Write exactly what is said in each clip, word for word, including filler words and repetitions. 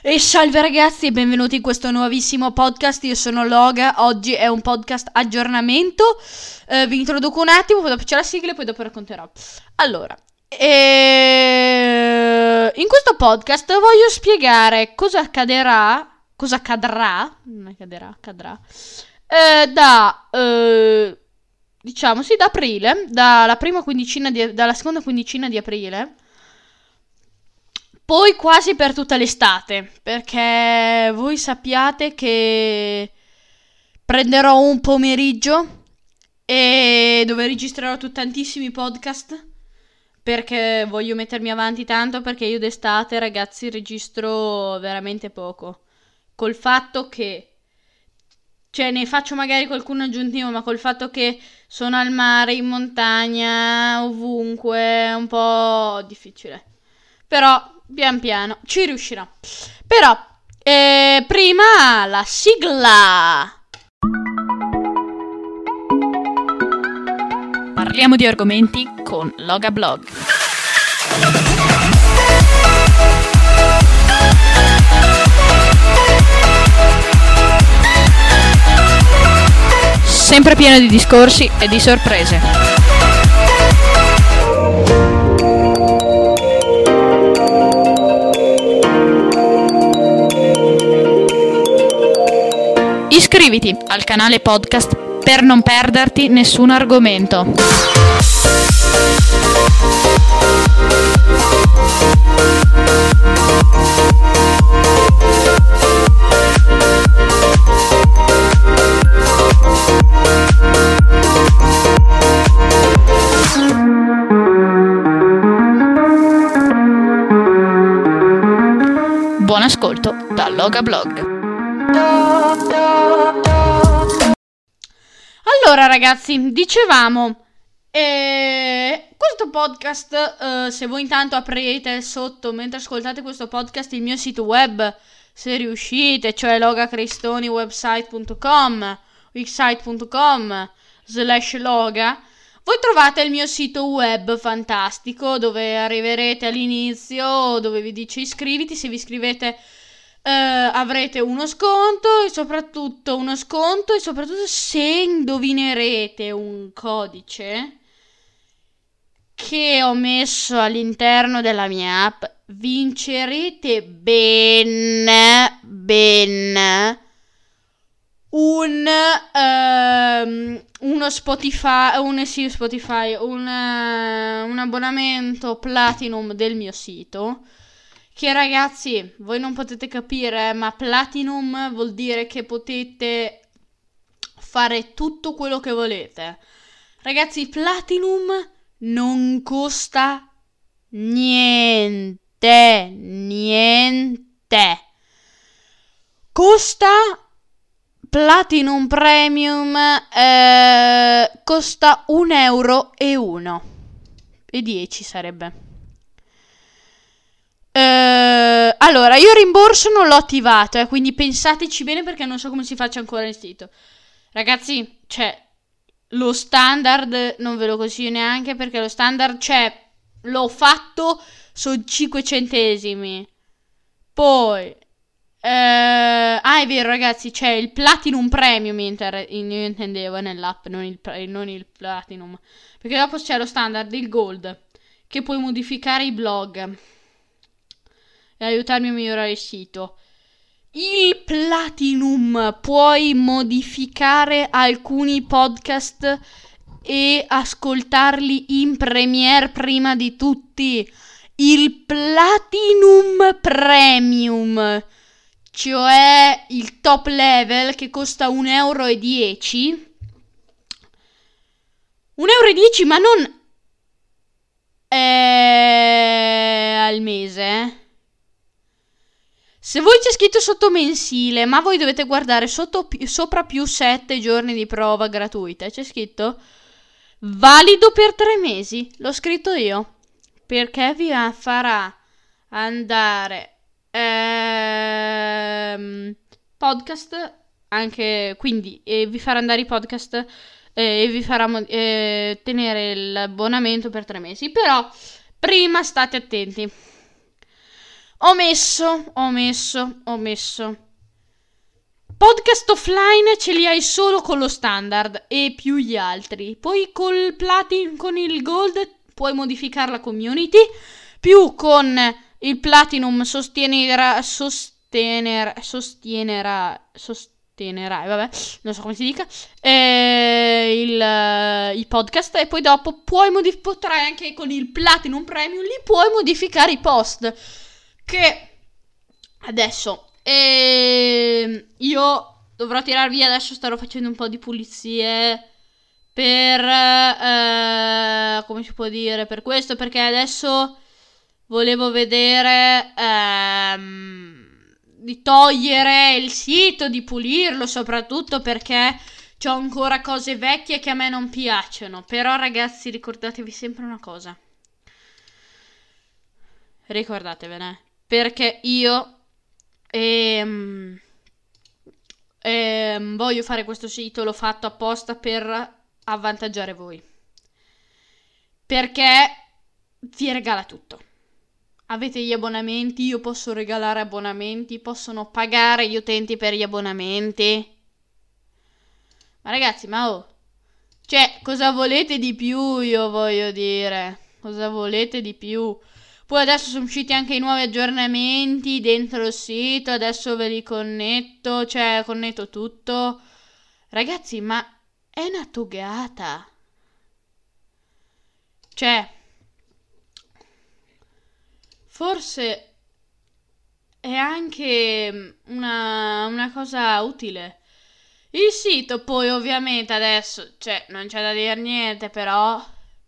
E salve ragazzi e benvenuti in questo nuovissimo podcast. Io sono Loga, oggi è un podcast aggiornamento. eh, Vi introduco un attimo, poi dopo c'è la sigla e poi dopo racconterò. Allora, eh, in questo podcast voglio spiegare cosa accadrà, cosa accadrà, non accadrà, accadrà, eh, da, eh, diciamo, sì, da aprile, dalla prima quindicina di, dalla seconda quindicina di aprile, poi quasi per tutta l'estate, perché voi sappiate che prenderò un pomeriggio e dove registrerò tu tantissimi podcast, perché voglio mettermi avanti tanto, perché io d'estate, ragazzi, registro veramente poco. Col fatto che, cioè, ne faccio magari qualcuno aggiuntivo, ma col fatto che sono al mare, in montagna, ovunque, è un po' difficile. Però pian piano ci riuscirò. Però eh, prima la sigla. Parliamo di argomenti con Loga Blog. Sempre pieno di discorsi e di sorprese. Iscriviti al canale podcast per non perderti nessun argomento. Buon ascolto da Loga Blog. Allora ragazzi, dicevamo, eh, questo podcast, eh, se voi intanto aprite sotto, mentre ascoltate questo podcast, il mio sito web, se riuscite, cioè logacristoniwebsite punto com, wixsite punto com slash loga, voi trovate il mio sito web fantastico, dove arriverete all'inizio, dove vi dice iscriviti. Se vi iscrivete Uh, avrete uno sconto e soprattutto uno sconto e soprattutto se indovinerete un codice che ho messo all'interno della mia app, vincerete ben ben un um, uno Spotify un sì, Spotify un, uh, un abbonamento Platinum del mio sito. Che ragazzi, voi non potete capire, ma Platinum vuol dire che potete fare tutto quello che volete. Ragazzi, Platinum non costa niente, niente. Costa Platinum Premium, eh, costa un euro e uno. E dieci sarebbe. Uh, allora, io il rimborso non l'ho attivato, eh, quindi pensateci bene perché non so come si faccia ancora il sito. Ragazzi, cioè, lo standard non ve lo consiglio neanche perché lo standard, cioè, l'ho fatto, sono cinque centesimi. Poi, uh, ah è vero ragazzi, c'è il Platinum Premium, inter- io intendevo nell'app, non il, non il Platinum. Perché dopo c'è lo standard, il Gold, che puoi modificare i blog e aiutarmi a migliorare il sito. Il Platinum puoi modificare alcuni podcast e ascoltarli in Premiere prima di tutti. Il Platinum Premium, cioè il top level, che costa un euro e dieci. un euro e dieci, ma non eh, al mese, eh. Se voi c'è scritto sotto mensile, ma voi dovete guardare sotto, sopra più sette giorni di prova gratuita, c'è scritto valido per tre mesi. L'ho scritto io perché vi farà andare ehm, podcast anche, quindi eh, vi farà andare i podcast eh, e vi farà eh, tenere l'abbonamento per tre mesi. Però prima state attenti. Ho messo, ho messo, ho messo. Podcast offline ce li hai solo con lo standard e più gli altri. Poi col platinum, con il gold puoi modificare la community. Più con il platinum sostenerà, sostener, sostenerà, sostenerà, vabbè, non so come si dica, eh, il, i podcast. E poi dopo puoi modif- potrai anche con il platinum premium li puoi modificare i post. Che adesso e io dovrò tirar via, adesso starò facendo un po' di pulizie per eh, come si può dire, per questo, perché adesso volevo vedere ehm, di togliere il sito, di pulirlo, soprattutto perché c'ho ancora cose vecchie che a me non piacciono. Però ragazzi, ricordatevi sempre una cosa, ricordatevene, perché io Ehm, ehm, voglio fare questo sito, l'ho fatto apposta per avvantaggiare voi. Perché vi regala tutto. Avete gli abbonamenti, io posso regalare abbonamenti, possono pagare gli utenti per gli abbonamenti. Ma ragazzi, ma oh, cioè, cosa volete di più, io voglio dire? Cosa volete di più? Poi adesso sono usciti anche i nuovi aggiornamenti dentro il sito, adesso ve li connetto, cioè connetto tutto. Ragazzi, ma è una togata. Cioè, forse è anche una, una cosa utile. Il sito poi ovviamente adesso, cioè, non c'è da dire niente, però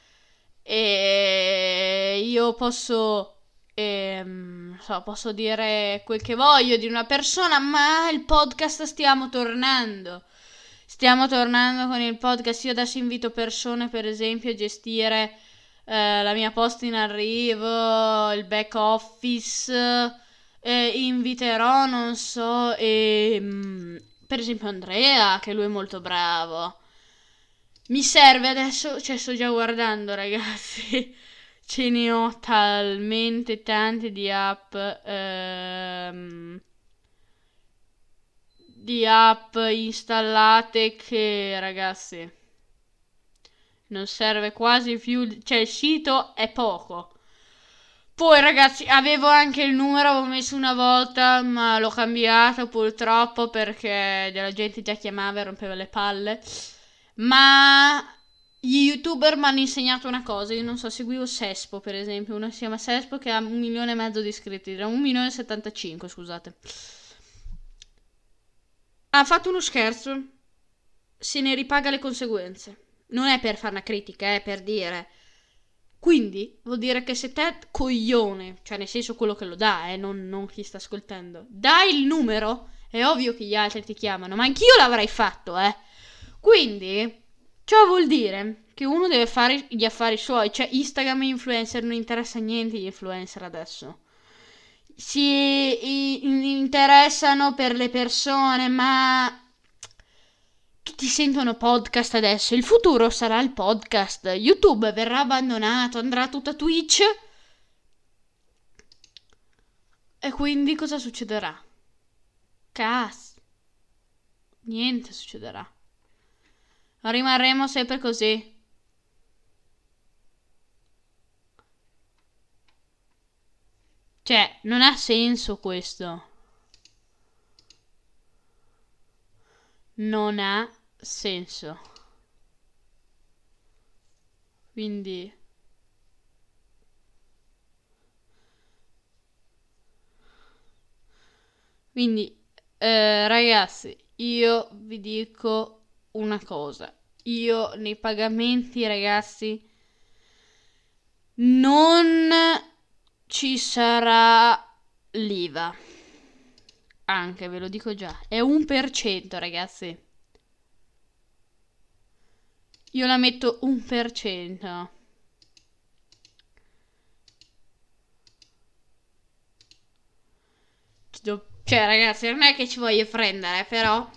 e io posso, ehm, so, posso dire quel che voglio di una persona, ma il podcast stiamo tornando. Stiamo tornando con il podcast. Io adesso invito persone, per esempio, a gestire eh, la mia posta in arrivo, il back office. Eh, inviterò, non so, ehm, per esempio Andrea, che lui è molto bravo. Mi serve adesso, cioè sto già guardando ragazzi, ce ne ho talmente tante di app, ehm, di app installate che ragazzi non serve quasi più, cioè il sito è poco. Poi ragazzi avevo anche il numero, avevo messo una volta ma l'ho cambiato purtroppo perché della gente già chiamava e rompeva le palle. Ma gli youtuber mi hanno insegnato una cosa. Io non so, seguivo Sespo per esempio. Uno si chiama Sespo che ha un milione e mezzo di iscritti. Era un milione e settantacinque, scusate. Ha fatto uno scherzo. Se ne ripaga le conseguenze. Non è per fare una critica, è per dire. Quindi vuol dire che se te coglione, cioè nel senso quello che lo dà, eh, non, non chi sta ascoltando, dai il numero, è ovvio che gli altri ti chiamano. Ma anch'io l'avrei fatto, eh. Quindi, ciò vuol dire che uno deve fare gli affari suoi. Cioè, Instagram e influencer non interessa niente gli influencer adesso. Si i- interessano per le persone, ma tutti sentono podcast adesso. Il futuro sarà il podcast. YouTube verrà abbandonato, andrà tutta Twitch. E quindi cosa succederà? Cas. Niente succederà. Rimarremo sempre così. Cioè, non ha senso questo. Non ha senso. Quindi Quindi eh, ragazzi, io vi dico una cosa. Io nei pagamenti, ragazzi, non ci sarà l'I V A. Anche, ve lo dico già. È un per cento, ragazzi. Io la metto un per cento. Cioè, ragazzi, non è che ci voglio prendere, però.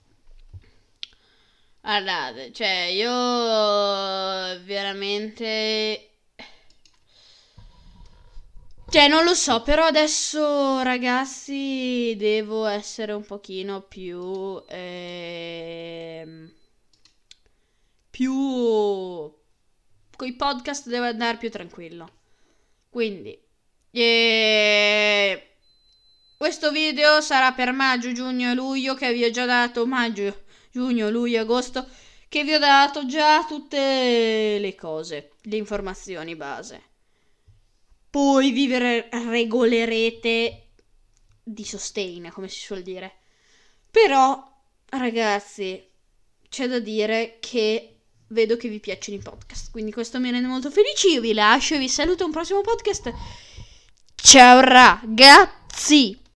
Guardate, cioè, io veramente. Cioè, non lo so, però adesso, ragazzi, devo essere un pochino più... ehm, più... coi podcast devo andare più tranquillo. Quindi, eh, questo video sarà per maggio, giugno e luglio, che vi ho già dato, maggio, giugno, luglio, agosto, che vi ho dato già tutte le cose, le informazioni base. Poi vi re- regolerete di sostegno, come si suol dire. Però, ragazzi, c'è da dire che vedo che vi piacciono i podcast, quindi questo mi rende molto felice. Io vi lascio e vi saluto a un prossimo podcast. Ciao ragazzi!